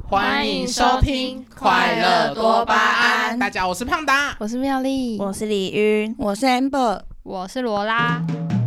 欢迎收听快乐多巴胺。大家好，我是胖达， 我是妙丽， 我是李云， 我是 Amber， 我是罗拉。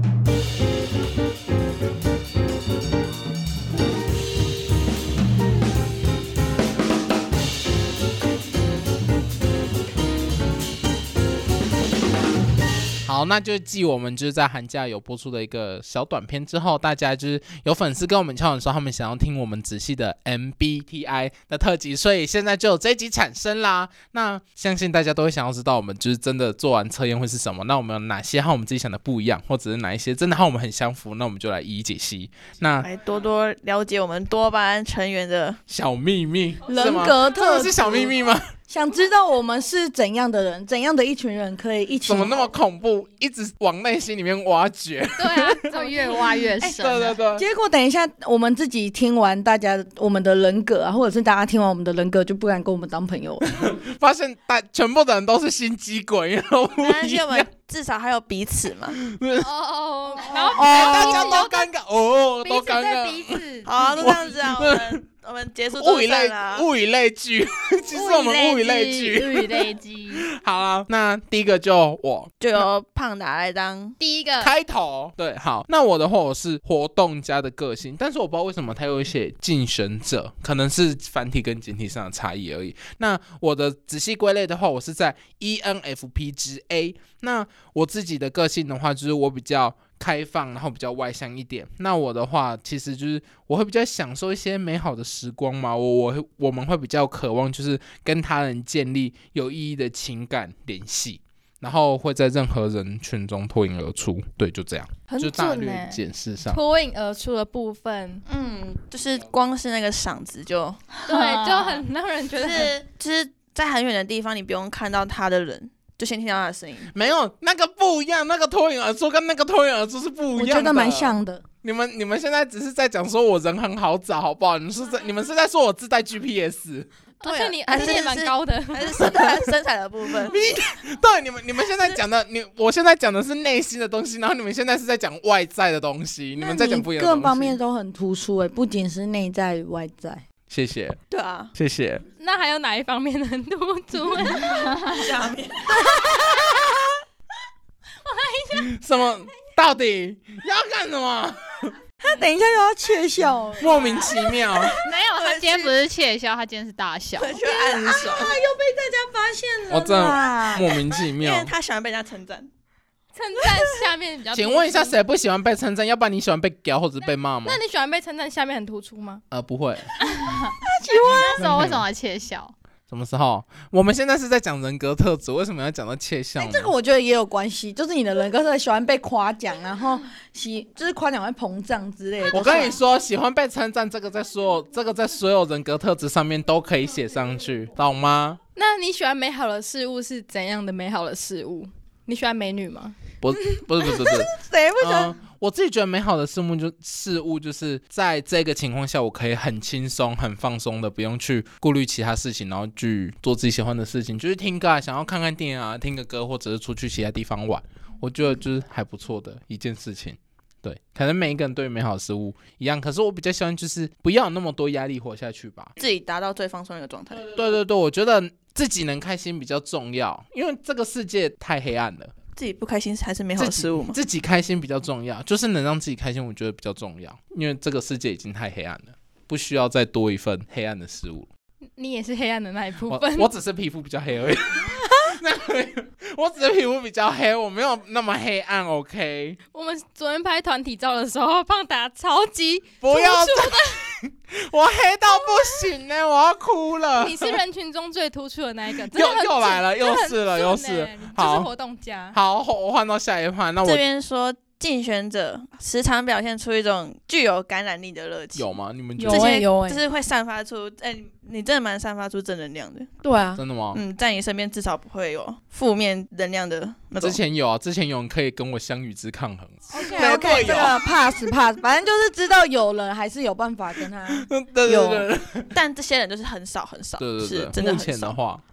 好，那就继我们就是在寒假有播出的一个小短片之后，大家就是有粉丝跟我们敲碗说他们想要听我们仔细的 MBTI 的特辑，所以现在就有这一集产生啦。那相信大家都会想要知道我们就是真的做完测验会是什么，那我们有哪些和我们自己想的不一样，或者是哪一些真的和我们很相符，那我们就来一一解析。那来多多了解我们多巴胺成员的小秘密， 人格特质是小秘密吗？ 想知道我们是怎样的人，怎样的一群人可以一起？ 怎么那么恐怖？一直往内心里面挖掘。 对啊，怎么越挖越深、 对对对。 结果等一下我们自己听完大家我们的人格啊，或者是大家听完我们的人格，就不敢跟我们当朋友了。 发现全部的人都是心机鬼，然后但是我们至少还有彼此嘛。 哦，然后大家都尴尬哦，都尴尬。 彼此好，就这样子啊，我们结束物以类聚，其实我们物以类聚。 物以类聚。 好了，那第一个就我， 就由胖达来当第一个开头。对，好，那我的话我是活动家的个性，但是我不知道为什么他有写竞选者，可能是繁体跟简体上的差异而已。那我的仔细归类的话，我是在 ENFP 之 A。那我自己的个性的话，就是我比较开放，然后比较外向一点。那我的话，其实就是我会比较享受一些美好的时光嘛。我们会比较渴望就是跟他人建立有意义的情感联系，然后会在任何人群中脱颖而出。对，就这样， 很就大准略检视上。 脱颖而出的部分， 就是光是那个嗓子就对，就很让人觉得就是在很远的地方，你不用看到他的人，就先听到他的声音。 没有，那个不一样，那个脱颖而出跟那个脱颖而出是不一样的。 我觉得蛮像的。 你们现在只是在讲说我人很好找，好不好？你们是在说我自带 GPS。 而且你也蛮高的， 还是身材的部分。 对，你们现在讲的，我现在讲的是内心的东西，然后你们现在是在讲外在的东西，你们在讲不一样的东西。 各方面都很突出不仅是内在与外在。 谢谢。 对啊， 谢谢。 那还有哪一方面很突出？ 下面。 什么？到底要干什么？ 他等一下又要窃笑了， 莫名其妙。 没有，他今天不是窃笑，他今天是大笑。 去暗爽， 他又被大家发现了。 我真的莫名其妙， 因为他喜欢被人家称赞。 称赞下面比较突出。 请问一下，谁不喜欢被称赞？要不然你喜欢被屌或者被骂吗？ 那你喜欢被称赞下面很突出吗？ 不会。 喜欢。那时候为什么要窃笑？ 什么时候？我们现在是在讲人格特质，为什么要讲到窃笑呢？ 这个我觉得也有关系，就是你的人格特质喜欢被夸奖，然后就是夸奖会膨胀之类的。 我跟你说，喜欢被称赞，这个在所有人格特质上面都可以写上去，懂吗？ 那你喜欢美好的事物是怎样的美好的事物？你喜欢美女吗？ 不是， 谁不喜欢？ 我自己觉得美好的事物就是在这个情况下，我可以很轻松、很放松的，不用去顾虑其他事情，然后去做自己喜欢的事情，就是听歌啊，想要看看电影啊，听个歌，或者是出去其他地方玩，我觉得就是还不错的一件事情。对，可能每一个人对美好的事物一样，可是我比较喜欢就是不要有那么多压力活下去吧， 自己达到最放松的一个状态。 对，我觉得自己能开心比较重要，因为这个世界太黑暗了。 自己不开心还是美好的事物吗？ 自己开心比较重要，就是能让自己开心，我觉得比较重要，因为这个世界已经太黑暗了，不需要再多一份黑暗的事物。 你也是黑暗的那一部分。 我只是皮肤比较黑而已。我只是皮肤比较黑，我没有那么黑暗。OK。 我们昨天拍团体照的时候，胖达超级不要的，我黑到不行呢，我要哭了。 你是人群中最突出的那一个， 又来了，又是了。 好，就是活动家。 好，我换到下一趴。那我这边说。竞选者时常表现出一种具有感染力的热情， 有吗？你们觉得有就是会散发出，你真的蛮散发出正能量的。 对啊， 真的吗？ 在你身边至少不会有负面能量的那种。 之前有人可以跟我相与之抗衡。 OK， 这个 pass， 反正就是知道有人还是有办法跟他。 对， 但这些人就是很少很少。 对， 是真的很少。 目前的话。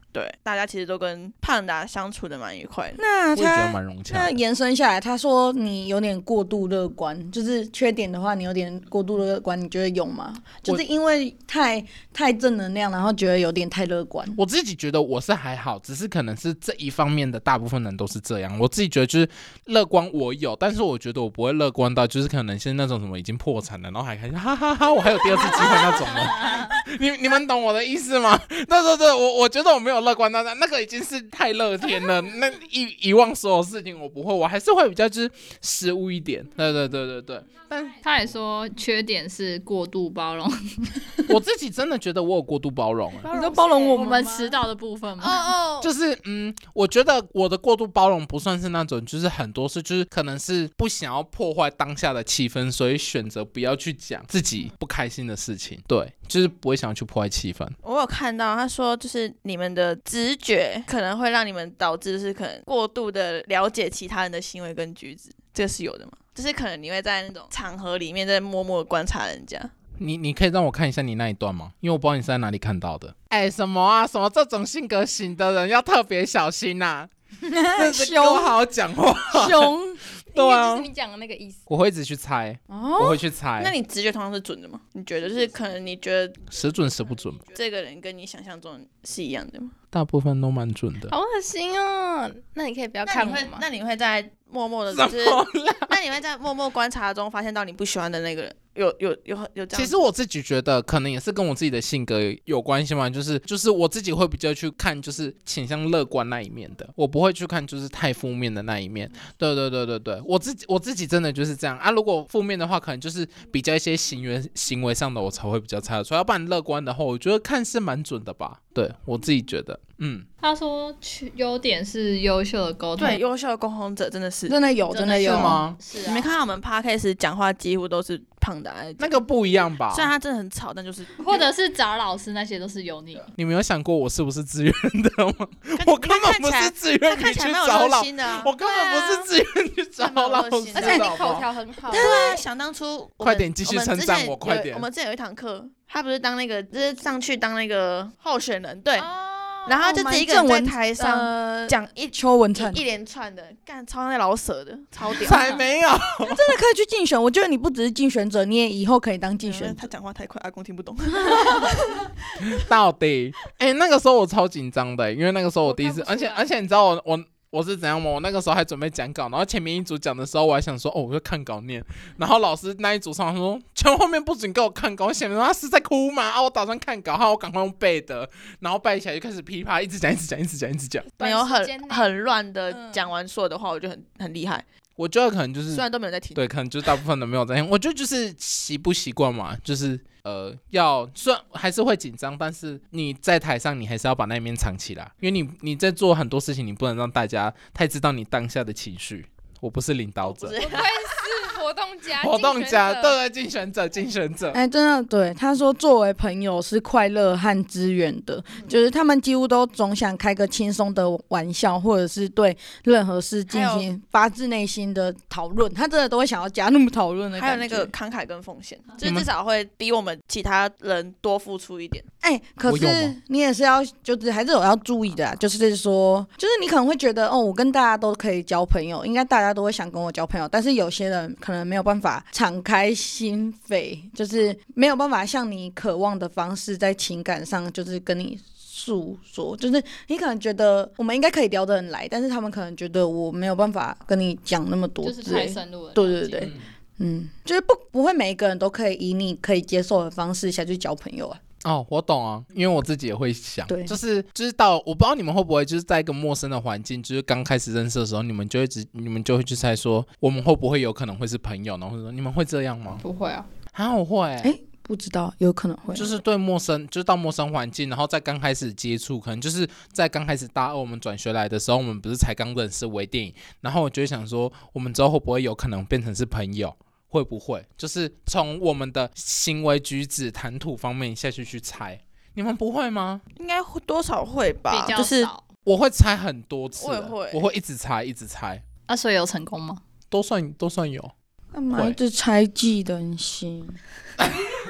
对，大家其实都跟胖达相处的蛮愉快的。 那我也觉得他蛮融洽那的。 延伸下来，他说你有点过度乐观，就是缺点的话，你有点过度乐观，你觉得有吗？就是因为太正能量，然后觉得有点太乐观。 我自己觉得我是还好，只是可能是这一方面的大部分人都是这样。我自己觉得就是乐观我有，但是我觉得我不会乐观到就是可能是那种什么已经破产了，然后还开始哈哈哈，我还有第二次机会那种的。你们懂我的意思吗？对，我觉得我没有乐观到那个已经是太乐天了，那遗忘所有事情我不会，我还是会比较就是失误一点。对，但他也说缺点是过度包容， 我自己真的觉得我有过度包容、欸。 你都包容我我们们吗迟到的部分吗？ 哦就是我觉得我的过度包容不算是那种，就是很多事就是可能是不想要破坏当下的气氛，所以选择不要去讲自己不开心的事情，对，就是不会想要去破坏气氛。 我有看到他说，就是你们的直觉可能会让你们导致是可能过度的了解其他人的行为跟举止，这个是有的吗？就是可能你会在那种场合里面在默默的观察人家。 你可以让我看一下你那一段吗？因为我不知道你是在哪里看到的。什么啊？什么这种性格型的人要特别小心呐、真是跟我好好讲话。 凶对啊就是你讲的那个意思。 我会一直去猜，我哦， 会去猜。 那你直觉通常是准的吗？你觉得就是可能你觉得时准时不准， 这个人跟你想象中是一样的吗？ 大部分都蛮准的。 好恶心哦！那你可以不要看我吗？ 那你会在默默的， 什就是么啦？ 那你会在默默观察中发现到你不喜欢的那个人，有这样？ 其实我自己觉得，可能也是跟我自己的性格有关系嘛，就是我自己会比较去看，就是倾向乐观那一面的，我不会去看就是太负面的那一面。对，我自己真的就是这样啊。如果负面的话，可能就是比较一些行为上的，我才会比较猜得出来。要不然乐观的话，我觉得看是蛮准的吧。对我自己觉得， 他说优点是优秀的沟通， 对，优秀的沟通者真的是。 真的有，真的有是吗？ 是啊， 你没看到我们 podcast 讲话几乎都是胖达在讲那个不一样吧？ 虽然他真的很吵，但就是或者是找老师那些都是有你。 你没有想过我是不是自愿的吗？ 看我根本不是自他愿你去看起来蛮有找老， 热心的啊。 我根本不是自愿去找老师， 而且你好不好口条很好， 对啊，想当初快点继续称赞我快点我们之前有一堂课，他不是当那个就是上去当那个候选人，对， 哦然后他就自己一个人在台上讲邱文灿一连串的，干超像在老舍的，超屌。 才没有。 真的可以去竞选。我觉得你不只是竞选者，你也以后可以当竞选者。 他讲话太快，阿公听不懂。 到底，那个时候我超紧张的，因为那个时候我第一次， 我看不出来而且你知道我是怎样吗？我那个时候还准备讲稿，然后前面一组讲的时候，我还想说，我就看稿念。然后老师那一组上说，全后面不准给我看稿。我想说他是在哭吗？我打算看稿，我赶快用背的，然后背起来就开始噼啪一直讲。 没有短时间内很乱的讲完所有的话，我觉得很厉害。 我觉得可能就是虽然都没有在听， 对，可能就是大部分人没有在听。我觉得就是习不习惯嘛，就是虽然还是会紧张，但是你在台上你还是要把那一面藏起来，因为你在做很多事情，你不能让大家太知道你当下的情绪。我不是领导者， 不是我不会是活动家， 活动家， 竞选者对，竞选者。 真的对他说，作为朋友是快乐和支援的，就是他们几乎都总想开个轻松的玩笑，或者是对任何事进行发自内心的讨论。他真的都会想要加入讨论的感觉。 还有那个慷慨跟奉献，就是至少会比我们其他人多付出一点。 可我有是吗你也是要，就是还是有要注意的啊。就是说，就是你可能会觉得，我跟大家都可以交朋友，应该大家都会想跟我交朋友，但是有些人可能没有办法敞开心扉，就是没有办法像你渴望的方式，在情感上就是跟你诉说，就是你可能觉得我们应该可以聊得很来，但是他们可能觉得我没有办法跟你讲那么多就是之类太深入了。 对，就是不会每一个人都可以以你可以接受的方式下去交朋友啊。 我懂啊，因为我自己也会想， 对就是到我不知道你们会不会就是在一个陌生的环境，就是刚开始认识的时候，你们就会去猜说我们会不会有可能会是朋友，然后说你们会这样吗？ 不会啊， 我会不知道，有可能会， 就是对陌生，就是到陌生环境，然后在刚开始接触，可能就是在刚开始大二我们转学来的时候，我们不是才刚认识微电影，然后我就会想说，我们之后会不会有可能变成是朋友？会不会就是从我们的行为举止、谈吐方面下去猜？你们不会吗？ 应该多少会吧， 比较就是少。 我会猜很多次， 我也会我会一直猜。 所以有成功吗？ 都算有。 干嘛一直猜忌人心？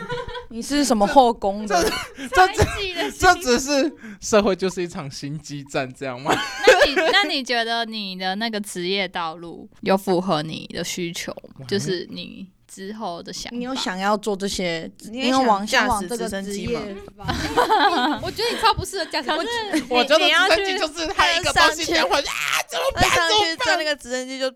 你是什么后宫的？ 这只是社会就是一场心机战，这样吗？ 那你觉得你的那个职业道路有符合你的需求吗？就是你之后的想法， 你有想要做这些？ 你有往驾往这个驶直升职业机吗？ 我觉得你超不适合驾驶。 我觉得你要直升机就是它一个东西电话啊，怎么办？ 上去坐那个直升机就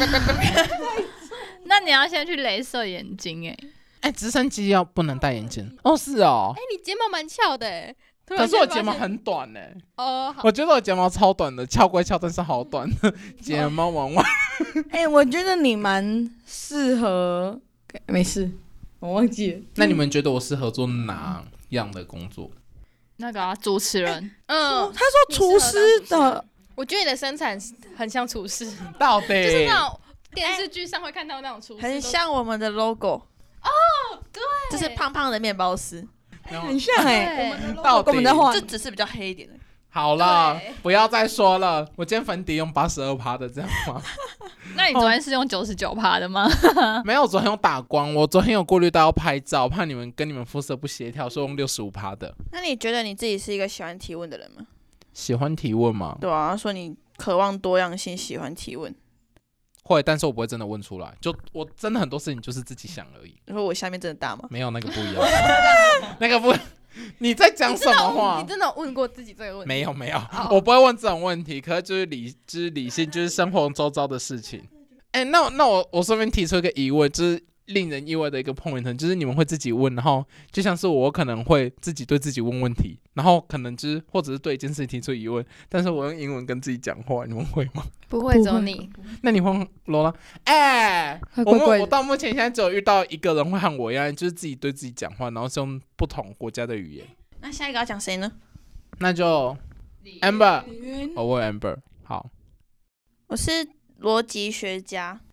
那你要先去雷射眼睛直升机要不能戴眼镜哦，是哦。 你睫毛蛮翘的可是我睫毛很短哦，好我觉得我睫毛超短的，翘归翘，但是好短，睫毛往外。 我觉得你蛮适合，没事，我忘记了。 那你们觉得我适合做哪样的工作？ 那个主持人， 他说厨师的， 我觉得你的身材很像厨师， 到底就是那种电视剧上会看到那种厨师， 很像我们的 logo 对， 就是胖胖的面包师， 很像到底我们在画就只是比较黑一点的。 好了对， 不要再说了。我今天粉底用82%的，这样吗？ 那你昨天是用99%的吗？ 没有，昨天用打光。我昨天有顾虑到要拍照，怕你们跟你们肤色不协调，所以用65%的。 那你觉得你自己是一个喜欢提问的人吗？ 喜欢提问吗？ 对啊，说你渴望多样性，喜欢提问。 会，但是我不会真的问出来。就我真的很多事情就是自己想而已。 你说我下面真的大吗？ 没有那个不一样，那个不。你在讲什么话？ 你真的有问过自己这个问题？ 没有没有，我不会问这种问题。可是就是理性，就是生活周遭的事情。那我顺便提出一个疑问，就是令人意外的一个 point， 就是你们会自己问，然后就像是我可能会自己对自己问问题，然后可能就是或者是对一件事情提出疑问，但是我用英文跟自己讲话，你们会吗？ 不会，只有你。 那你会罗拉？我到目前现在只有遇到一个人会和我一样，就是自己对自己讲话，然后是用不同国家的语言。 那下一个要讲谁呢？ 那就 Amber， 我问 Amber。好， 我是逻辑学家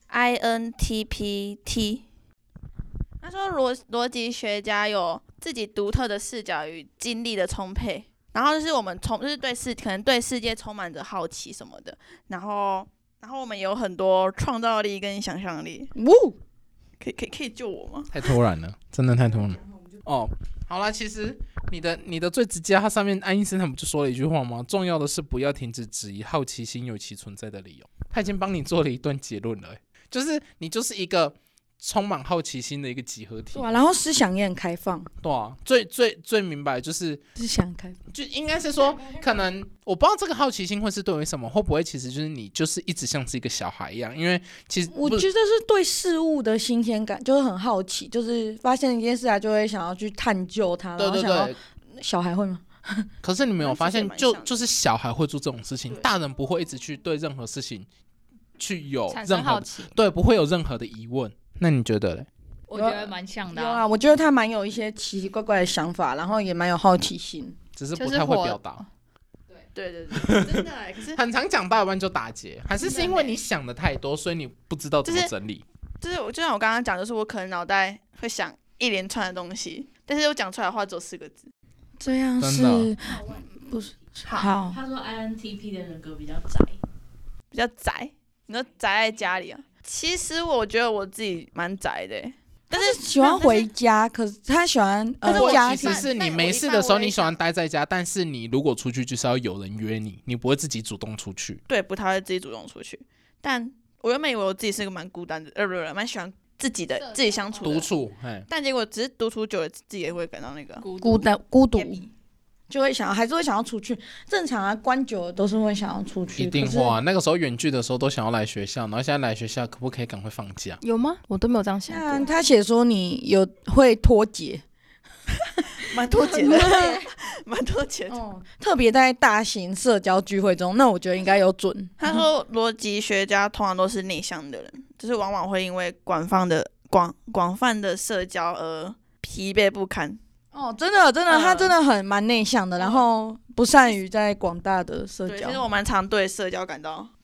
INTPT。他说逻辑学家有自己独特的视角与精力的充沛，然后就是我们就是可能对世界充满着好奇什么的，然后我们有很多创造力跟想象力。可以救我吗？ 太突然了，真的太突然了。哦，好啦，其实你的最直接，它上面爱因斯坦不就说了一句话吗？重要的是不要停止质疑，好奇心有其存在的理由。他已经帮你做了一段结论了，就是你就是一个充满好奇心的一个集合体。 对啊，然后思想也很开放。 对啊，最明白就是思想开放， 就应该是说，可能我不知道这个好奇心会是对于什么，会不会其实就是你就是一直像是一个小孩一样，因为其实我觉得是对事物的新鲜感，就是很好奇，就是发现一件事就会想要去探究它。 对对对， 小孩会吗？ 可是你没有发现，就是小孩会做这种事情，大人不会一直去对任何事情去有任何对，不会有任何的疑问。那你觉得嘞？ 我觉得蛮像的。 有啊，我觉得他蛮有一些奇奇怪怪的想法，然后也蛮有好奇心， 只是不太会表达。 对，真的。可是很常讲到一半就打结，还是因为你想的太多，所以你不知道怎么整理。 就像我刚刚讲，就是我可能脑袋会想一连串的东西，但是我讲出来的话只有4个字。 这样是不是好？ 他说 INTP 的人格比较宅， 比较宅。你说宅在家里啊？其实我觉得我自己蛮宅的，但是喜欢回家，可是他喜欢家庭。 其实是你没事的时候你喜欢待在家，但是你如果出去就是要有人约你，你不会自己主动出去。 对，不太会自己主动出去。但我原本以为我自己是个蛮孤单的，蛮喜欢自己相处的独处， 但结果只是独处久了，自己也会感到那个孤独。就会还是会想要出去，正常啊，关久了都是会想要出去。 一定会啊，那个时候远距的时候都想要来学校，然后现在来学校可不可以赶快放假？ 有吗？我都没有这样想过。 他写说你有会脱节， 蛮脱节的，蛮脱节的。 特别在大型社交聚会中，那我觉得应该有准。 他说逻辑学家通常都是内向的人，就是往往会因为广泛的社交而疲惫不堪。 真的，他真的蛮内向的，然后不善于在广大的社交。 对，其实我蛮常对社交感到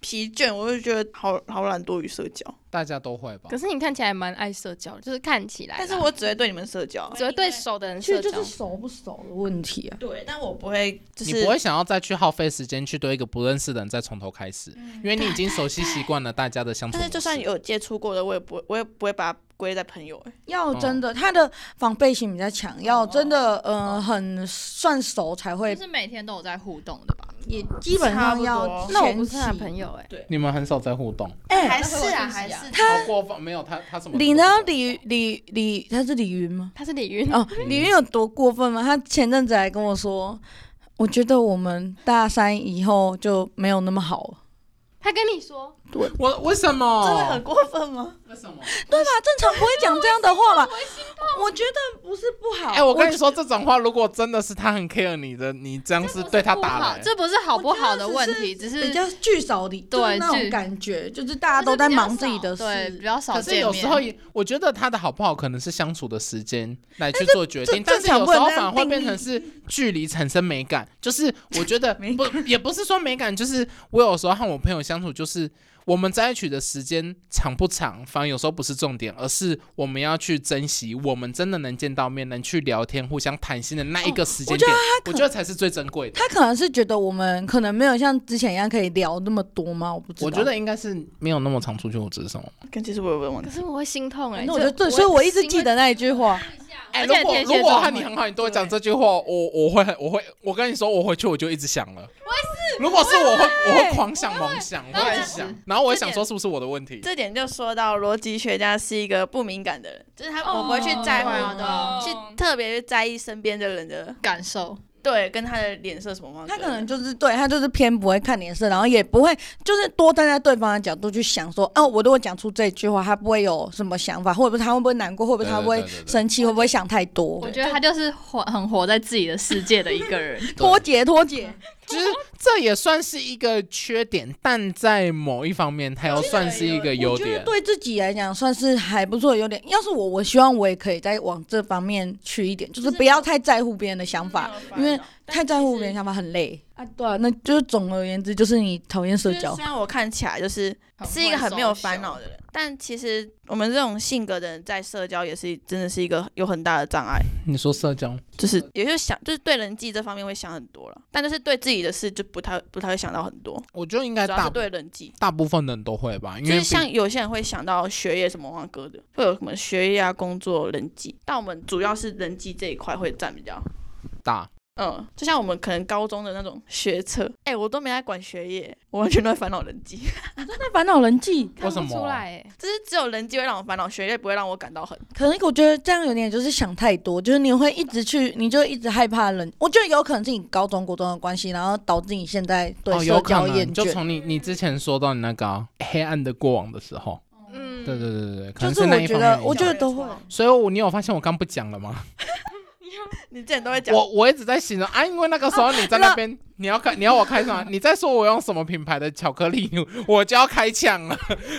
疲倦，我就觉得好懒惰于社交。 大家都会吧可？是你看起来蛮爱社交的，就是看起来啦， 但是我只会对你们社交。 只会对熟的人社交其实就是。熟不熟的问题啊。 对，但我不会，就是你不会想要再去耗费时间去对一个不认识的人再从头开始，因为你已经熟悉习惯了大家的相处模式。 但是就算有接触过的，我也不会把它归类在朋友。 要真的，他的防备心比较强，要真的很算熟才会就，是每天都有在互动的吧？ 也基本上要差不多那我前期不是他的朋友你们很少在互动， 还是啊，还是好过分没有他什么？ 你知道李他是李云吗？ 他是李云哦，李云有多过分吗？他前阵子还跟我说，我觉得我们大三以后就没有那么好了。 他跟你说， 我为什么？ 真的很过分吗？ 为什么？ 对吧？正常不会讲这样的话吧？我觉得不是不好。 哎、我跟你说，这种话如果真的是他很 care 你的，你这样是对他打好， 来。 这不是好不好的问题，只是比较聚少离， 对就是那种聚感觉，就是大家都在忙自己的对比事。 较少可是见面。 有时候也，我觉得他的好不好可能是相处的时间来去做决定，但是这正常有时候不能这样反而会变定义成是距离产生美感。就是我觉得也不是说美感，就是我有时候和我朋友相处，就是我们在一起的时间长不长，反而有时候不是重点，而是我们要去珍惜我们真的能见到面、能去聊天、互相谈心的那一个时间点。我觉得才是最珍贵的。 他可能是觉得我们可能没有像之前一样可以聊那么多吗？我不知道。 我觉得应该是没有那么常出去，我只是什么？ 跟其实我有问题。 可是我会心痛哎。 那我觉得对，所以我一直记得那一句话。 哎、 而且如果天蝎如果座会和你很好，你对我讲这句话，我跟你说，我回去我就一直想了。如果是我会狂想猛想，我会一直想，然后我会想说是不是我的问题？ 这点就说到逻辑学家是一个不敏感的人，就是我不会去在乎哦去特别去在意身边的人的感受， 对跟他的脸色什么方式。 他可能就是对他就是偏不会看脸色，然后也不会就是多站在对方的角度去想说，哦，我如果讲出这句话，他不会有什么想法，或者他会不会难过，会不会他会生气，会不会想太多我，觉得他就是很活在自己的世界的一个人。 脱节。 就是这也算是一个缺点，但在某一方面，它又算是一个优我觉得点。 对自己来讲算是还不错的优点。要是我希望我也可以再往这方面去一点，就是不要太在乎别人的想法，因为太在乎别人想法很累啊。对啊，那就是总而言之，就是你讨厌社交虽。然我看起来就是一个很没有烦恼的人，但其实我们这种性格的人在社交也是真的是一个有很大的障碍。 你说社交， 就是也就想，就是对人际这方面会想很多了，但就是对自己的事就不太会想到很多， 我觉得应该主要是对人际。 大部分人都会吧，因为就是像有些人会想到学业什么哇哥的，会有什么学业啊、工作、人际，但我们主要是人际这一块会占比较大。 就像我们可能高中的那种学测，我都没在管学业，我完全都在烦恼人际， 在烦恼人际， 为什么看不出来哎。 就是只有人际会让我烦恼，学业不会让我感到很。 可能我觉得这样有点就是想太多，就是你会一直去，你就一直害怕人。我觉得有可能是你高中、国中的关系，然后导致你现在对社有可交厌能就倦。 从你之前说到你那个黑暗的过往的时候， 嗯， 对，可就是能那一方面我觉得都会。 所以你有发现我刚不讲了吗？ 你之前都会讲， 我一直在形容啊，因为那个时候你在那边，你要我开什么？你在说我用什么品牌的巧克力，我就要开枪了。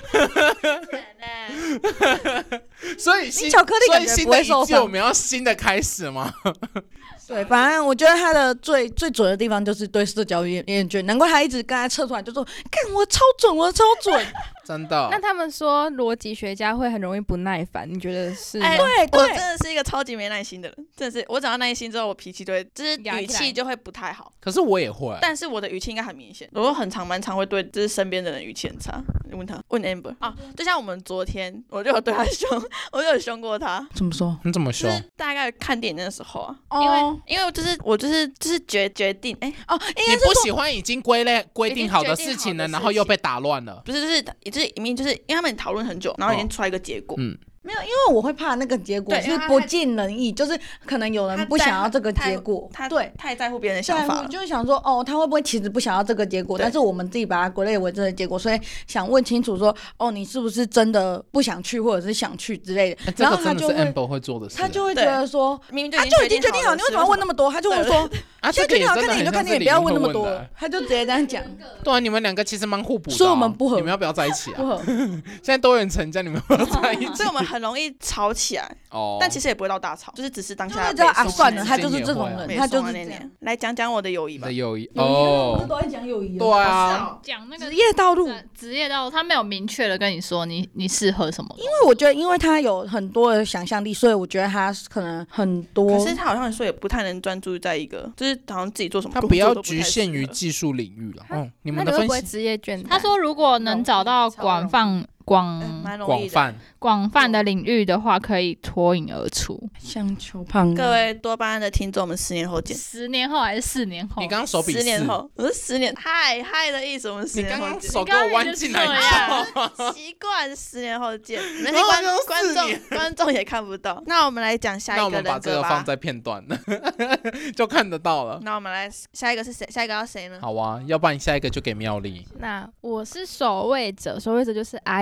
所以你巧克力感觉不会受伤所以新的一季我们要新的开始吗？ 对，反正我觉得他的最准的地方就是对社交厌倦，难怪他一直跟他测出来就说：“看我超准，我超准。 真的。 那他们说逻辑学家会很容易不耐烦，你觉得是吗？ 对我真的是一个超级没耐心的人，真的是我长到耐心之后，我脾气就会，就是语压起来气就会不太好。 可是我也会， 但是我的语气应该很明显，我蛮常会对就是身边的人语气很差。你问他，问 Amber 啊，就像我们昨天我就有对他凶，我就有凶过他。 怎么说？ 你怎么说？ 就是大概看电影的时候啊， 哦因为我就是决定， 哦，应你该是不喜欢已经规定好的事情了，然后又被打乱了。 不是就是明明就是因为他们讨论很久，然后已经出来一个结果。 没有，因为我会怕那个结果对是不尽人意，就是可能有人不想要这个结果， 他对。 太在乎别人的想法了。 就是想说，哦，他会不会其实不想要这个结果， 对但是我们自己把它归类为这个结果，所以想问清楚说，哦，你是不是真的不想去，或者是想去之类的。 这然后他个真的是就会， Amber 会做的事。 他就会觉得说， 明明就已经决定好， 了你为什么要问那么多？他就会说， 啊， 现在决定好这个也真的看电影就看电影， 很像是不要问那么多李英会问的。 他就直接这样讲， 对啊，你们两个其实蛮互补的啊， 所以我们不合你们要不要在一起啊？ 不合。 现在多元成家，你们要不要在一起？ 所以我们很容易吵起来， 哦， 但其实也不会到大吵，就是只是当下就会知道啊， 被送算了， 那他就是这种时间也人， 被他就送那是这样。 年来讲讲我的友谊吧你的。友谊有一哦个，都在讲友谊对啊， 讲那个职业道路， 职业道路，他没有明确的跟你说你适合什么， 因为我觉得，因为他有很多的想象力，所以我觉得他可能很多。 可是他好像说也不太能专注在一个，就是好像自己做什么他不要工作都太局限于适合技术领域了。嗯，你那们的分析你会不会职业倦怠？ 他说如果能找到广泛蛮容易的。 广泛， 广泛的领域的话，可以脱颖而出。 像球胖各位多巴胺的听众，我们10年后见。 10年后还是4年后？ 你刚刚手比 10年 4 后，我是10年，嗨的意思，我们10 你刚年后见。 刚手给我弯进来， 你刚你知道吗？ 习惯10年后见，那然后些就4年观众也看不到。那我们来讲下那一个我们把这个人格吧。 放在片段，就看得到了。 那我们来下一个是谁？下一个要谁呢？ 好啊，要不然下一个就给妙丽。 那我是守卫者，守卫者就是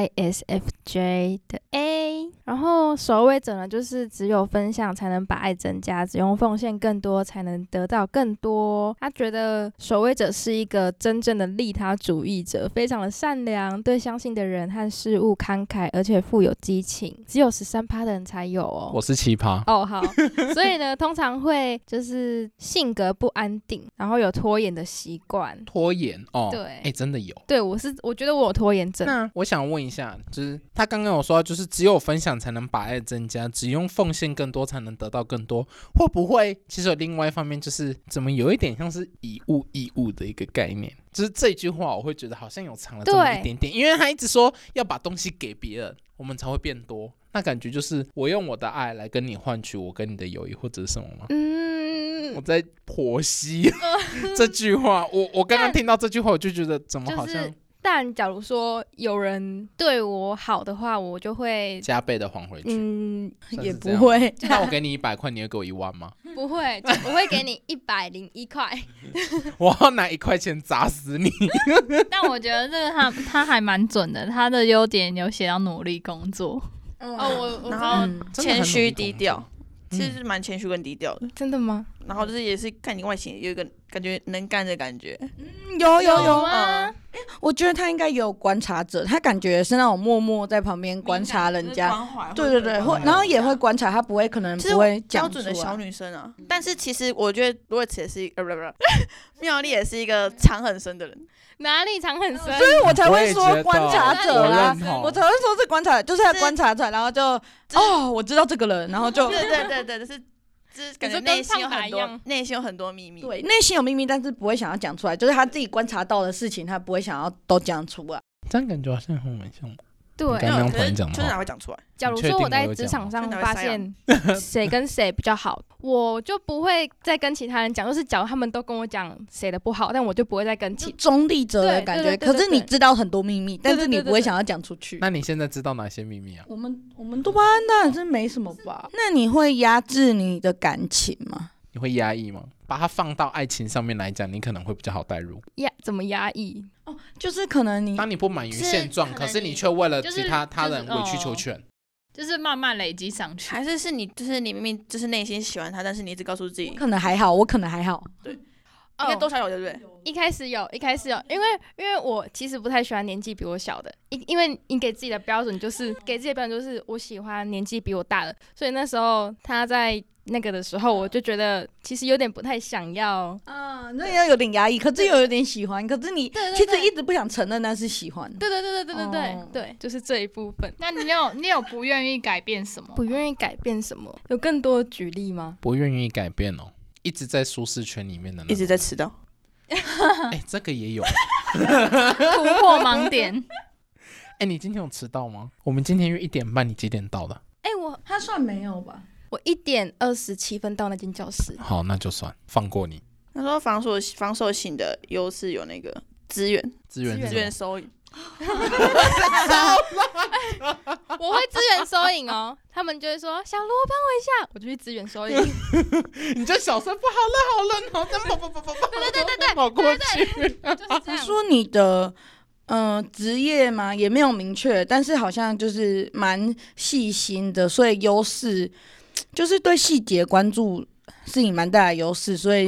ISFJ 的 A，然后守卫者呢，就是只有分享才能把爱增加，只用奉献更多才能得到更多。他觉得守卫者是一个真正的利他主义者，非常的善良，对相信的人和事物慷慨，而且富有激情，只有13%的人才有哦。 我是奇葩， 哦，好，所以呢，通常会就是性格不安定，然后有拖延的习惯。 拖延哦， 对哎，真的有。 对，我觉得我有拖延症。 那我想问一下，就是他刚刚有说到，就是只有分享才能把爱增加，只用奉献更多才能得到更多，会不会其实有另外一方面，就是怎么有一点像是以物易物的一个概念？就是这句话，我会觉得好像有藏了这么一点点，因为他一直说要把东西给别人，我们才会变多。那感觉就是我用我的爱来跟你换取我跟你的友谊或者是什么吗？我在剖析这句话，我刚刚听到这句话，我就觉得怎么好像但假如说有人对我好的话，我就会加倍的还回去。 也算是这样不会。 那我给你100块，你会给我1万吗？ 不会，我会给你101块。 我要拿1块钱砸死你！ 但我觉得这个他还蛮准的，他的优点有写到努力工作。我知然道后真的很谦虚努力工作低调，其实是蛮谦虚跟低调的。 真的吗？ 然后就是也是看你外形有一个感觉能干的感觉。 有吗？ 我觉得他应该有观察者，他感觉是那种默默在旁边观察人家。对对对，然后也会观察，他不会可能就是不会标讲出来。 准的小女生啊。但是其实我觉得罗伟慈也是不妙丽也是一个藏很深的人。 哪里藏很深？ 所以我才会说观察者我啦认，同我才会说是观察者，就是他观察出来，然后就我知道这个人，然后就对，就是感觉内心有很多你说跟胖达一样秘密。 对，内心有秘密，但是不会想要讲出来，就是他自己观察到的事情，他不会想要都讲出来。 这样感觉好像很像。 对你，刚刚可是突然讲的就是哪话， 会讲出来？ 假如说我在职场上发现谁跟谁比较好，我就不会再跟其他人讲。就是假如他们都跟我讲谁的不好，但我就不会再跟中立者的感觉。 对对对对可是你知道很多秘密，但是你对对对对不会想要讲出去。 那你现在知道哪些秘密啊？ 我们多巴胺当然是没什么吧？那你会压制你的感情吗？ 你会压抑吗？把它放到爱情上面来讲，你可能会比较好代入。 怎么压抑？ 就是可能你当你不满于现状， 是可是你却为了就是其他人就是委曲求全。 就是慢慢累积上去。 还是你就是你明明就是内心喜欢他，但是你一直告诉自己可能还好，我可能还好。 应该多少有，对不对？ 一开始有，因为我其实不太喜欢年纪比我小的，因为你给自己的标准就是我喜欢年纪比我大的，所以那时候他在那个的时候，我就觉得其实有点不太想要。 那要有点压抑，可是又有点喜欢，可是你对其实一直不想承认那是喜欢。 对哦对，就是这一部分。 那你有不愿意改变什么？ 不愿意改变什么？有更多的举例吗？ 不愿意改变哦，一直在舒适圈里面的那种， 一直在迟到。 这个也有。 突破盲点。 你今天有迟到吗？我们今天约1点半，你几点到的？ 他算没有吧？ 我1点27分到那间教室。 好，那就算放过你。 他说防守性的优势有那个资源资源是资什么？ 源收引。 我会资源收银哦，他们就会说小罗帮我一下，我就去资源收银。 你就小声不好了，然后这样跑，对，跑过去。 就是这样。 你说你的职业嘛也没有明确，但是好像就是蛮细心的，所以优势就是对细节关注是你蛮大的优势，所以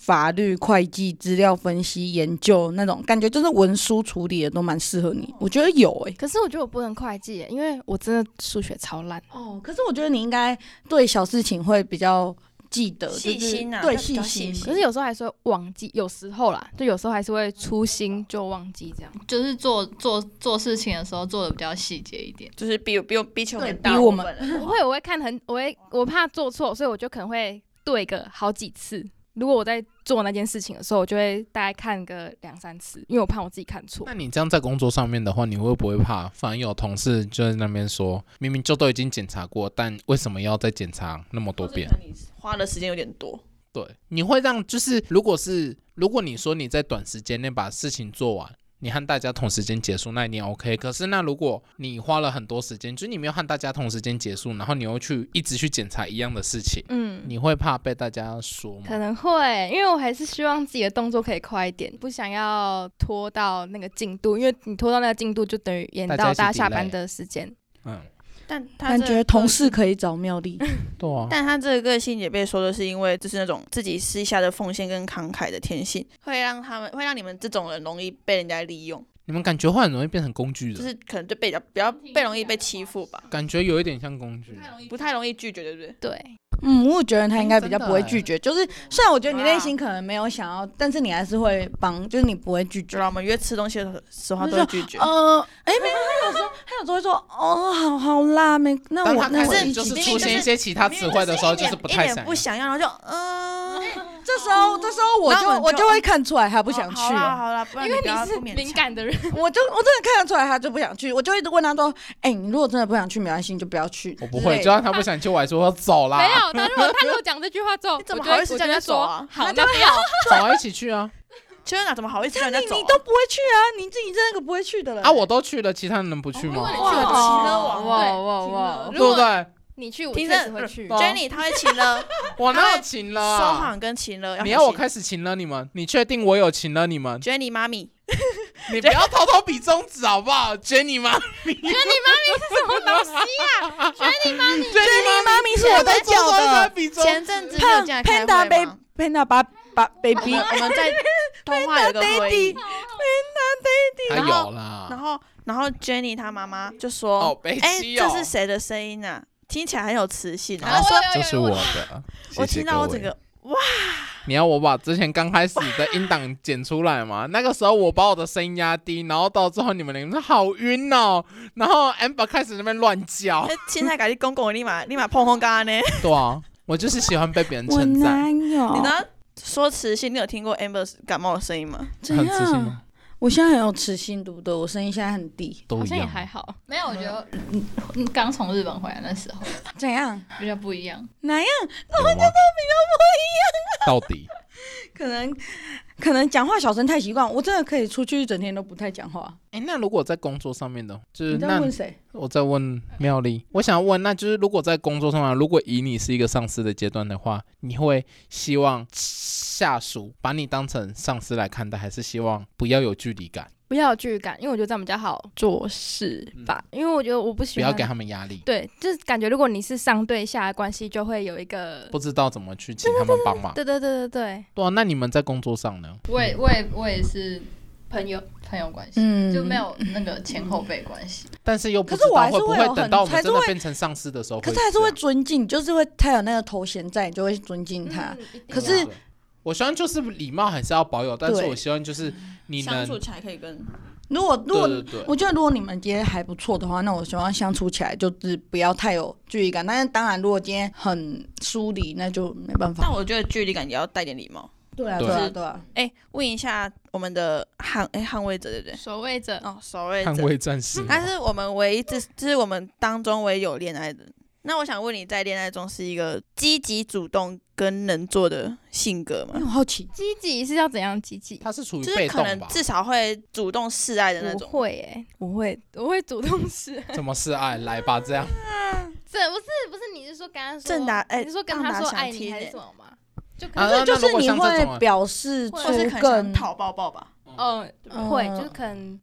法律、会计、资料分析、研究那种感觉，就是文书处理的都蛮适合你。我觉得有可是我觉得我不能会计耶，因为我真的数学超烂。 可是我觉得你应该对小事情会比较记得， 细心啊， 对， 比较细心。 可是有时候还是会忘记，有时候啦，就有时候还是会粗心就忘记这样。 就是做事情的时候做的比较细节一点。 就是比起我们比我们我会看我怕做错，所以我就可能会对个好几次。如果我在做那件事情的时候，我就会大概看个2-3次，因为我怕我自己看错。 那你这样在工作上面的话，你会不会怕？反而有同事就在那边说，明明就都已经检查过，但为什么要再检查那么多遍？ 你花的时间有点多。 对，你会让就是如果你说你在短时间内把事情做完，你和大家同时间结束，那一定 OK。可是那如果你花了很多时间，就是你没有和大家同时间结束，然后你又一直去检查一样的事情，你会怕被大家说吗？ 可能会，因为我还是希望自己的动作可以快一点，不想要拖到那个进度，因为你拖到那个进度就等于延到大家下班的时间。 但他感觉同事可以找妙丽。 对啊， 但他这个个性也被说的是因为就是那种自己私下的奉献跟慷慨的天性，会让你们这种人容易被人家利用。 你们感觉会很容易变成工具人， 就是可能就比较被容易被欺负吧， 感觉有一点像工具， 不太容易拒绝，对不对？ 对。 我觉得他应该比较不会拒绝，就是虽然我觉得你内心可能没有想要，但是你还是会帮，就是你不会拒绝。 我们约吃东西的时候都会拒绝。 没有，他有时候会说好啦，那我但他开始就是出现一些其他词汇的时候，就是不太想要， 不想要，然后就这时候我就会看出来他不想去。 好啦，不然因为你是不要敏感的人， 我真的看得出来他就不想去，我就一直问他说，你如果真的不想去，没关系，你就不要去。 我不会，就算他不想去，我还说走啦。 没有，他如果讲这句话之后， 你怎么好意思叫人家走啊？ 好，那不要， 走啊，一起去啊。 天哪，怎么好意思叫人家走？ 你都不会去啊，你自己是那个不会去的人啊，我都去了，其他人能不去吗？ 哇，情勒王， 哇， 对不对？ 你去，我确实会去。 Jenny 他会情勒， 我哪有情勒啊？ 说谎跟情勒， 你要我开始情勒你们？你确定我有情勒你们 ？Jenny 妈咪， 你不要偷偷比中指好不好 ？Jenny 妈咪 ，Jenny 妈咪是什么东西啊？Jenny 妈咪 ，Jenny 妈咪是我在叫的。 前阵子就这样开会吗 ？Panda baby， 我们在通话有个会议 ，Panda daddy， 他有啦。 然后 Jenny 她妈妈就说：“这是谁的声音啊？听起来很有磁性。”她说：“ 这是我的。” 我听到我整个哇！ 你要我把之前刚开始的音档剪出来吗？那个时候我把我的声音压低，然后到之后你们两个好晕哦，然后 Amber 开始那边乱叫。 现在赶紧公公，立马碰碰干呢。 对啊，我就是喜欢被别人称赞。 你呢？说磁性，你有听过 Amber 感冒的声音吗？ 很磁性吗？ 我现在很有磁性，对不对？我声音现在很低， 都一样。 好像也还好。 没有，我觉得刚从日本回来那时候怎样？ 比较不一样。 哪样？怎么就都比较不一样？ 到底？ 可能讲话小声太习惯，我真的可以出去一整天都不太讲话。 那如果在工作上面的，就是你在问谁？ 我在问妙丽。我想问，那就是如果在工作上面，如果以你是一个上司的阶段的话，你会希望下属把你当成上司来看待，还是希望不要有距离感？ 不要有距离感，因为我觉得这样比较好做事吧。因为我觉得我不喜欢不要给他们压力。 对，就是感觉如果你是上对下的关系，就会有一个不知道怎么去请他们帮忙。 对。对啊，那你们在工作上呢？ 我也是朋友关系，就没有那个前后辈关系。 但是又不知道会不会等到我们真的变成上司的时候， 可是还是会尊敬，就是会他有那个头衔在，你就会尊敬他。可是我希望就是礼貌还是要保有，但是我希望就是你能相处起来可以跟。 如果对我觉得如果你们今天还不错的话，那我希望相处起来就是不要太有距离感。但是当然，如果今天很疏离，那就没办法。 但我觉得距离感也要带点礼貌。 对啊。 问一下我们的捍卫者，对不对？ 守卫者守卫者， 捍卫战士。 他是我们唯一，这是我们当中唯一有恋爱的。那我想问你在恋爱中是一个积极主动跟能做的性格吗？ 我好奇， 积极是要怎样积极？ 他是处于就是被动吧？ 可能至少会主动示爱的那种。 不会我会主动示爱。 怎么示爱？来吧，这样。 这不是，你是说跟他说正达你是说跟他说爱你还是什么吗？ 就是你会表示出或是可能更想讨抱抱吧。 会，就是可能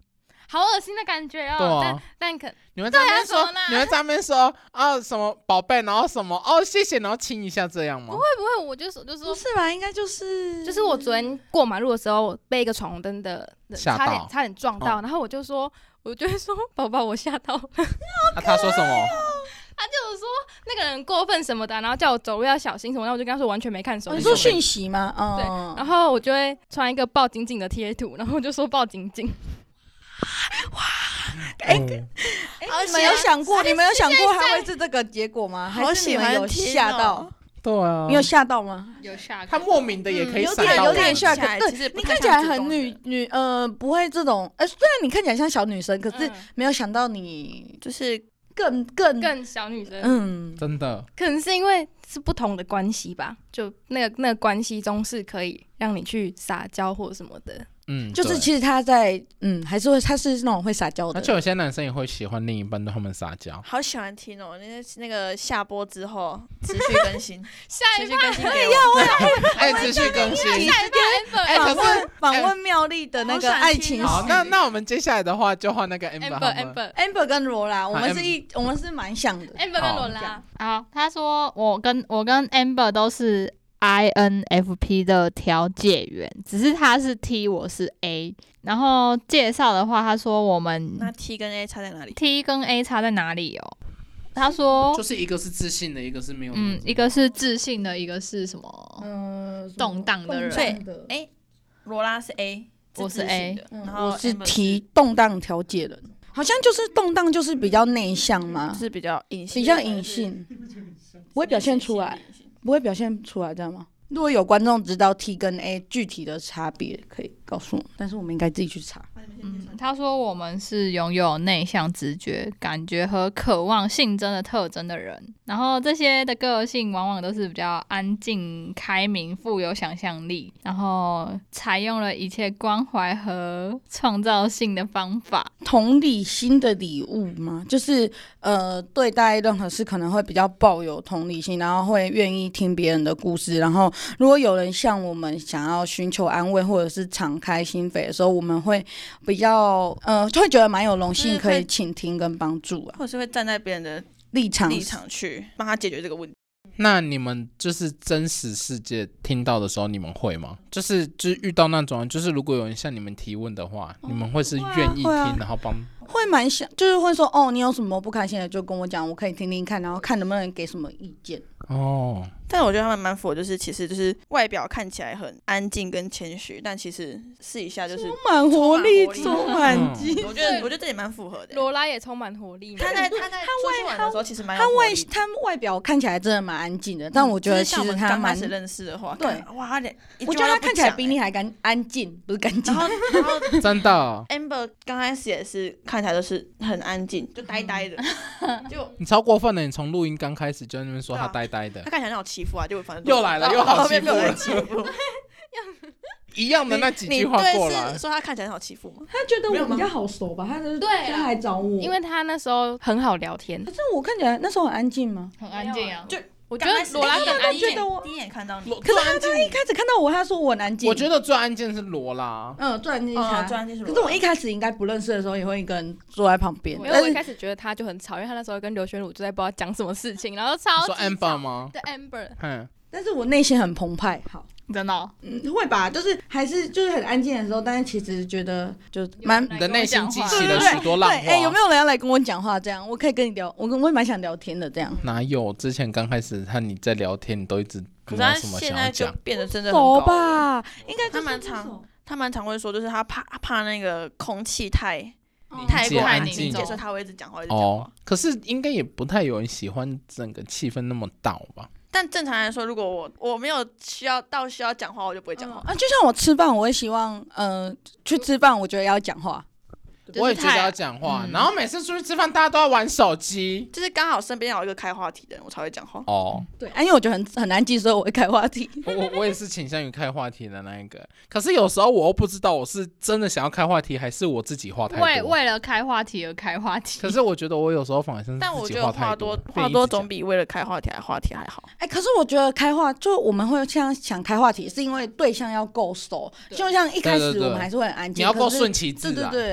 好恶心的感觉对哦。 啊但可你们在那边说对啊什么啦， 你们在那边说啊什么宝贝，然后什么哦谢谢，然后亲一下这样吗？ 会不会我就说不是吧？应该就是我昨天过马路的时候被一个闯红灯的吓到差点撞到，然后我就会说宝宝我吓到了， 他说什么？ 他就说那个人过分什么的，然后叫我走路要小心什么，然后我就跟他说完全没看手机。 你说讯息吗？ 对，然后我就会传一个抱紧紧的贴图，然后我就说抱紧紧。 你们有想过他会是这个结果吗？还是你们有吓到？ 对啊， 你有吓到吗？ 有吓他莫名的也可以有闪到我有点吓，对， 其实不你看起来太像主动很不会这种，虽然你看起来像小女生，可是没有想到你就是更小女生， 真的。 可能是因为是不同的关系吧，就那个关系中是可以让你去撒娇或什么的。 就是对其实他在还是会，他是那种会撒娇的， 而且有些男生也会喜欢另一半对他们撒娇。 好喜欢听哦，那个下播之后持续更新， 下一持续更新给我。 哎，持续更新。 拜可是访问妙丽的那个爱情好好，那我们接下来的话就换那个 Amber。 Amber 跟罗拉，我们啊是蛮像的。 跟罗拉， 好，他说我跟 Amber 都是 INFP 的调解员，只是他是 T， 我是 A。然后介绍的话，他说我们那 T 跟 A 差在哪里 T 跟 A 差在哪里哦？他说就是一个是自信的，一个是没有。 一个是自信的，一个是什么？动荡的人。 对，罗拉是 A， 我是 A， 然后我是 Amber T 动荡调解人，好像就是动荡，就是比较内向嘛， 是比较隐性， 比较隐性，不会表现出来，这样吗？如果有观众知道 T 跟 A 具体的差别，可以告诉我，但是我们应该自己去查。 他说我们是拥有内向、直觉、感觉和渴望性征的特征的人，然后这些的个性往往都是比较安静、开明、富有想象力，然后采用了一切关怀和创造性的方法。 同理心的礼物吗？就是对待任何事可能会比较抱有同理心，然后会愿意听别人的故事，然后如果有人向我们想要寻求安慰或者是敞开心扉的时候，我们会比较就会觉得蛮有荣幸可以倾听跟帮助啊， 或者是会站在别人的立场去帮他解决这个问题。 那你们就是真实世界听到的时候，你们会吗？就是遇到那种，就是如果有人向你们提问的话，你们会是愿意听，然后帮？ 会蛮想，就是会说你有什么不开心的就跟我讲，我可以听听看，然后看能不能给什么意见。 但我觉得他们蛮符合，其实就是外表看起来很安静跟谦虚，但其实私底下就是充满活力、充满激情。 我觉得这也蛮符合的。 罗拉也充满活力嘛。 他在出去玩的时候其实蛮有活力的。 他外表看起来真的蛮安静的，但我觉得其实他蛮刚开始认识的话， 对， 哇， 我觉得他看起来比你还安静，不是干净。 然后真的 Amber 刚开始也是看起来都是很安静，就呆呆的，就你超过分了！你从录音刚开始就在那边说他呆呆的， 他看起来很好欺负啊，就反正又来了，又好欺负了， 欺负。 一样的那几句话过来。 是说他看起来很好欺负吗？ 他觉得我比较好熟吧，他就是他来找我， 因为他那时候很好聊天。 可是我看起来那时候很安静吗？ 很安静啊， 就我觉得罗拉更安静。 第一眼看到你， 可是他一开始看到我，他说我很安静。 我觉得最安静的是罗拉， 最安静是他， 最安静是罗拉。 可是我一开始应该不认识的时候，也会一个人坐在旁边。 因为我一开始觉得他就很吵，因为他那时候跟刘轩儒就在不知道讲什么事情，然后超级说 Amber 吗？ 对 Amber， 但是我内心很澎湃。好。 真的会吧，就是还是就是很安静的时候，但是其实觉得就蛮你的内心激起了许多浪花。 有没有人要来跟我讲话？这样我可以跟你聊，我蛮想聊天的。这样哪有？之前刚开始和你在聊天，你都一直没有什么想要讲。 变得真的很高吧？应该他蛮常会说，就是他怕那个空气太过安静， 所以他会一直讲话，一直讲话。 可是应该也不太有人喜欢整个气氛那么倒吧？ 但正常来说，如果我没有需要讲话，我就不会讲话。 就像我吃饭，我会希望去吃饭，我觉得要讲话。 我也觉得要讲话，然后每次出去吃饭，大家都要玩手机， 就是刚好身边有一个开话题的人，我才会讲话。 对，因为我觉得很难记，所以我会开话题。 我也是倾向于开话题的那一个，可是有时候我又不知道我是真的想要开话题，还是我自己话太多。 为了开话题而开话题。 可是我觉得我有时候反而是但我觉得话多总比为了开话题还好。 可是我觉得开话就我们会像想开话题，是因为对象要够熟，就像一开始我们还是会很安静， 你要够顺其自然。 对。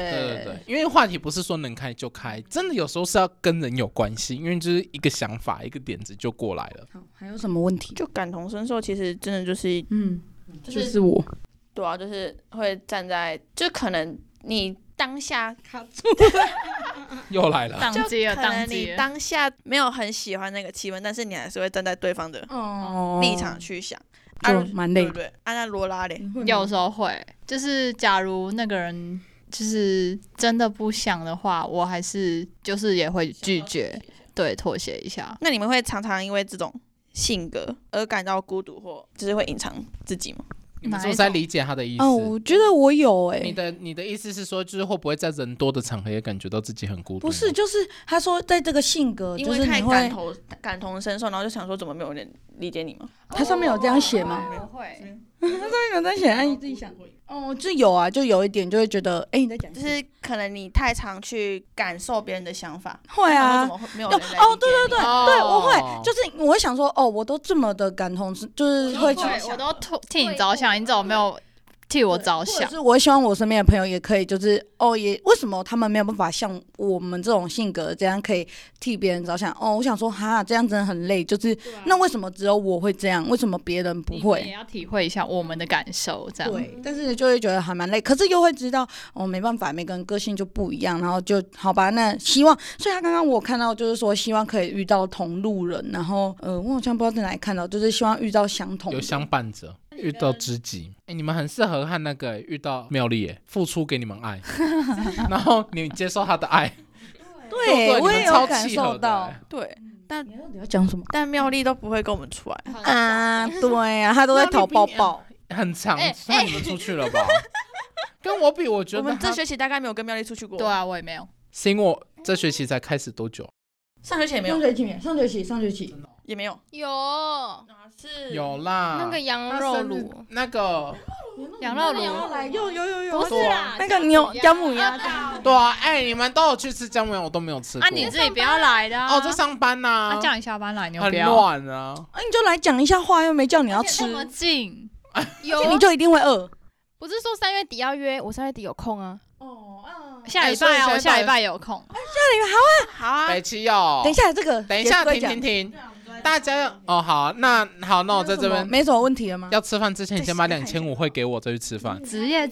对对，因为话题不是说能开就开，真的有时候是要跟人有关系，因为就是一个想法一个点子就过来了。 好，还有什么问题？ 就感同身受，其实真的就是就是我对啊，就是会站在，就可能你当下又来了， 宕机了， 可能宕机了。 你当下没有很喜欢那个气氛，但是你还是会站在对方的立场去想， 就蛮累的。 对不对？那罗拉嘞， 有时候会，就是假如那个人就是真的不想的话，我还是就是也会拒绝，对，妥协一下。 那你们会常常因为这种性格而感到孤独，或就是会隐藏自己吗？ 你们是不是在理解他的意思？ 哦，我觉得我有你的意思是说，就是会不会在人多的场合也感觉到自己很孤独？ 不是，就是他说在这个性格， 因为就是你太会感同身受，然后就想说怎么没有人理解你吗？ 它上面有这样写吗？ 不会， 它上面有在写，你自己想。哦，就有啊，就有一点就会觉得，你在讲， 就是可能你太常去感受别人的想法， 会啊， 怎么会没有人来理解你？ 对对对对，我会，就是我会想说，我都这么的感同，就是会去， 我都替你着想，你怎么没有替我着或者想？ 是我希望我身边的朋友也可以，就是也为什么他们没有办法像我们这种性格这样可以替别人着想？我想说这样真的很累，就是那为什么只有我会这样？为什么别人不你会？ 也要体会一下我们的感受，这样。 对，但是就会觉得还蛮累，可是又会知道没办法，每个人个性就不一样，然后就好吧。那希望，所以他刚刚我看到就是说，希望可以遇到同路人，然后我好像不知道在哪里看到，就是希望遇到相同的有相伴者，遇到知己。你们很适合和那个遇到妙丽耶，付出给你们爱，然后你接受他的爱。 对，我也有感契合的受到。 对，但你要讲什么但妙丽都不会跟我们出来， 啊？对啊，他都在讨抱抱。 很长，带你们出去了吧？跟我比，我觉得我们这学期大概没有跟妙丽出去过。 对啊，我也没有。 是因为我这学期才开始多久？ 上学期也没有， 上学期也没有， 有是有啦， 那个羊肉卤， 那个羊肉卤有， 不是啦， 那个牛姜母鸭。 对啊，你们都有去吃姜母鸭，我都没有吃过。 你自己不要来的我在上班呐。 叫你下班来，你又很不要。 乱啊！ 你就来讲一下话，又没叫你要吃这，么近， 你就一定会饿。 不是说3月底要约，我3月底有空啊。 下礼拜我下礼拜有空。 好啊， 北七哦。 等一下，这个等一下，停，大家要好，那我在这边没什么问题了吗？ 要吃饭之前，你先把2500汇给我，再去吃饭。 职业。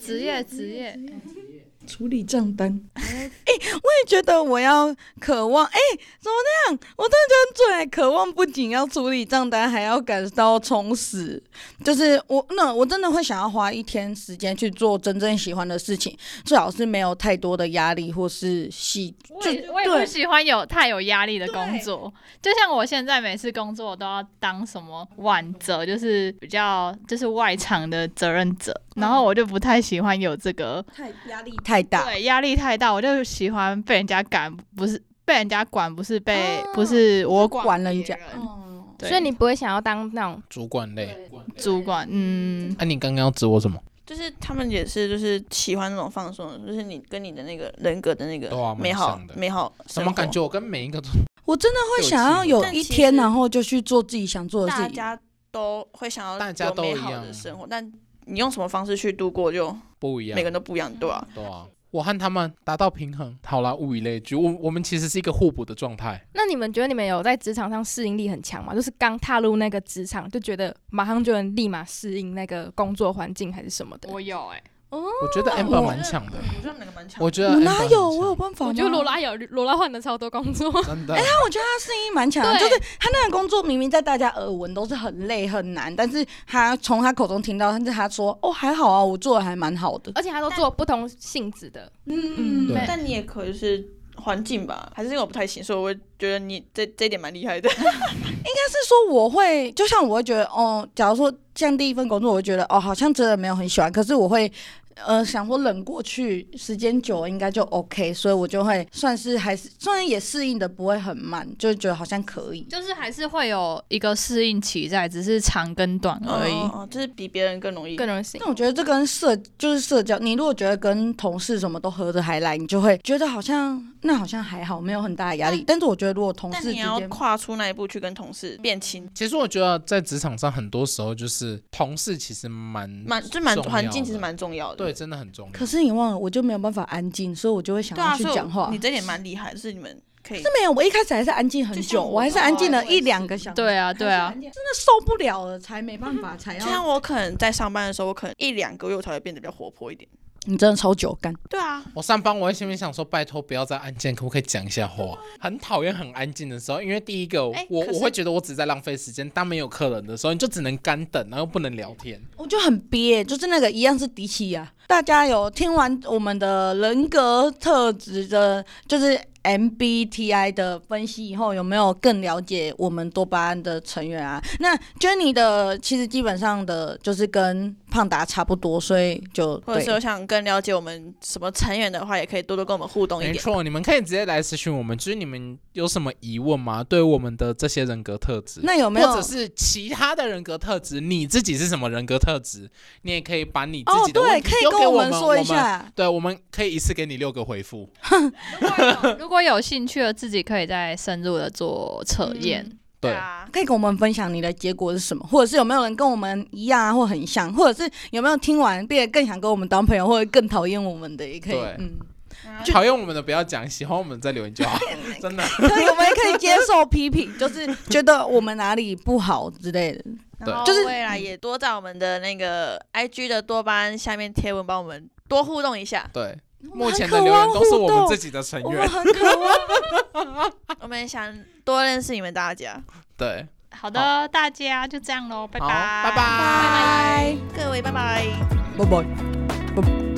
处理账单。我也觉得我要渴望，怎么那样？我真的觉得最渴望不仅要处理账单，还要感到充实。就是我真的会想要花一天时间去做真正喜欢的事情，最好是没有太多的压力或是我也不喜欢太有压力的工作，就像我现在每次工作都要当什么晚责，就是比较就是外场的责任者，然后我就不太喜欢有这个压力太大， 对，压力太大，我就喜欢被人家赶，不是被人家管，不是我管人家。 对所以你不会想要当那种主管类， 主管， 你刚刚要指我什么？ 就是他们也是，就是喜欢那种放松的，就是你跟你的那个人格的那个美好什么感觉？我跟每一个我真的会想要有一天，然后就去做自己想做的事情。 大家都会想要大家都有美好的生活，但你用什么方式去度过就不一样， 每个人都不一样，对啊。 对啊，我和他们达到平衡。好啦，物以类聚，我们其实是一个互补的状态。 那你们觉得你们有在职场上适应力很强吗？就是刚踏入那个职场就觉得马上就能立马适应那个工作环境还是什么的？ 我有我觉得 Amber 蛮强的， 我觉得他们两个蛮强。 我觉得哪有我有办法吗？ 我觉得罗拉换了超多工作， 真的。 我觉得他适应蛮强的，就是他那个工作明明在大家耳闻都是很累很难，但是他从他口中听到，但是他说还好啊，我做的还蛮好的， 而且他都做不同性质的。 对。 但你也可以就是环境吧，还是因为我不太行，所以我会觉得你这一点蛮厉害的。 应该是说我会，就像我会觉得假如说像第一份工作，我会觉得好像真的没有很喜欢，可是我会想说忍过去，时间久了应该就 OK， 所以我就会算是也适应的不会很慢，就觉得好像可以， 就是还是会有一个适应期在，只是长跟短而已。 就是比别人更容易适应。 那我觉得这跟社交，你如果觉得跟同事什么都合得还来，你就会觉得好像还好，没有很大的压力。但是我觉得如果同事之间， 但你要跨出那一步去跟同事变亲。 其实我觉得在职场上很多时候就是同事其实蛮环境其实蛮重要的。 对，真的很重要。 可是你忘了，我就没有办法安静，所以我就会想要去讲话。 你这点蛮厉害，就是你们可以。 是没有，我一开始还是安静很久，我还是安静了1-2个小时。 对啊，对啊， 真的受不了了，才没办法，才要。 像我可能在上班的时候，我可能1-2个月我才会变得比较活泼一点。 你真的超久干。 对啊， 我上班我会心里想说，拜托不要再按键，可不可以讲一下话？很讨厌很安静的时候，因为第一个我会觉得我只是在浪费时间。当没有客人的时候，你就只能干等，然后又不能聊天， 我就很憋，就是那个一样是迪奇啊。大家有听完我们的人格特质的，就是 MBTI 的分析以后，有没有更了解我们多巴胺的成员啊？那 Jenny 的其实基本上的就是跟胖达差不多，所以就或者是有想更了解我们什么成员的话，也可以多多跟我们互动一点。 没错，你们可以直接来私讯我们，就是你们有什么疑问吗？对我们的这些人格特质， 那有没有或者是其他的人格特质？你自己是什么人格特质？你也可以把你自己的问题丢给我们说一下。 对，我们可以一次给你6个回复。 如果有兴趣的，自己可以再深入的做测验。 对啊， 可以跟我们分享你的结果是什么，或者是有没有人跟我们一样啊，或很像，或者是有没有听完变得更想跟我们当朋友，或者更讨厌我们的，也可以。 讨厌我们的不要讲，喜欢我们再留言就好。真的， 可以，我们也可以接受批评，就是觉得我们哪里不好之类的。 然后就是未来也多在我们的那个 IG 的多巴胺下面贴文，帮我们多互动一下。 对，目前的留言都是我们自己的成员， 我们很渴望。 我们想多认识你们大家。 对， 好的，大家就这样咯，拜拜， 拜拜， 拜拜，各位拜拜， 拜拜。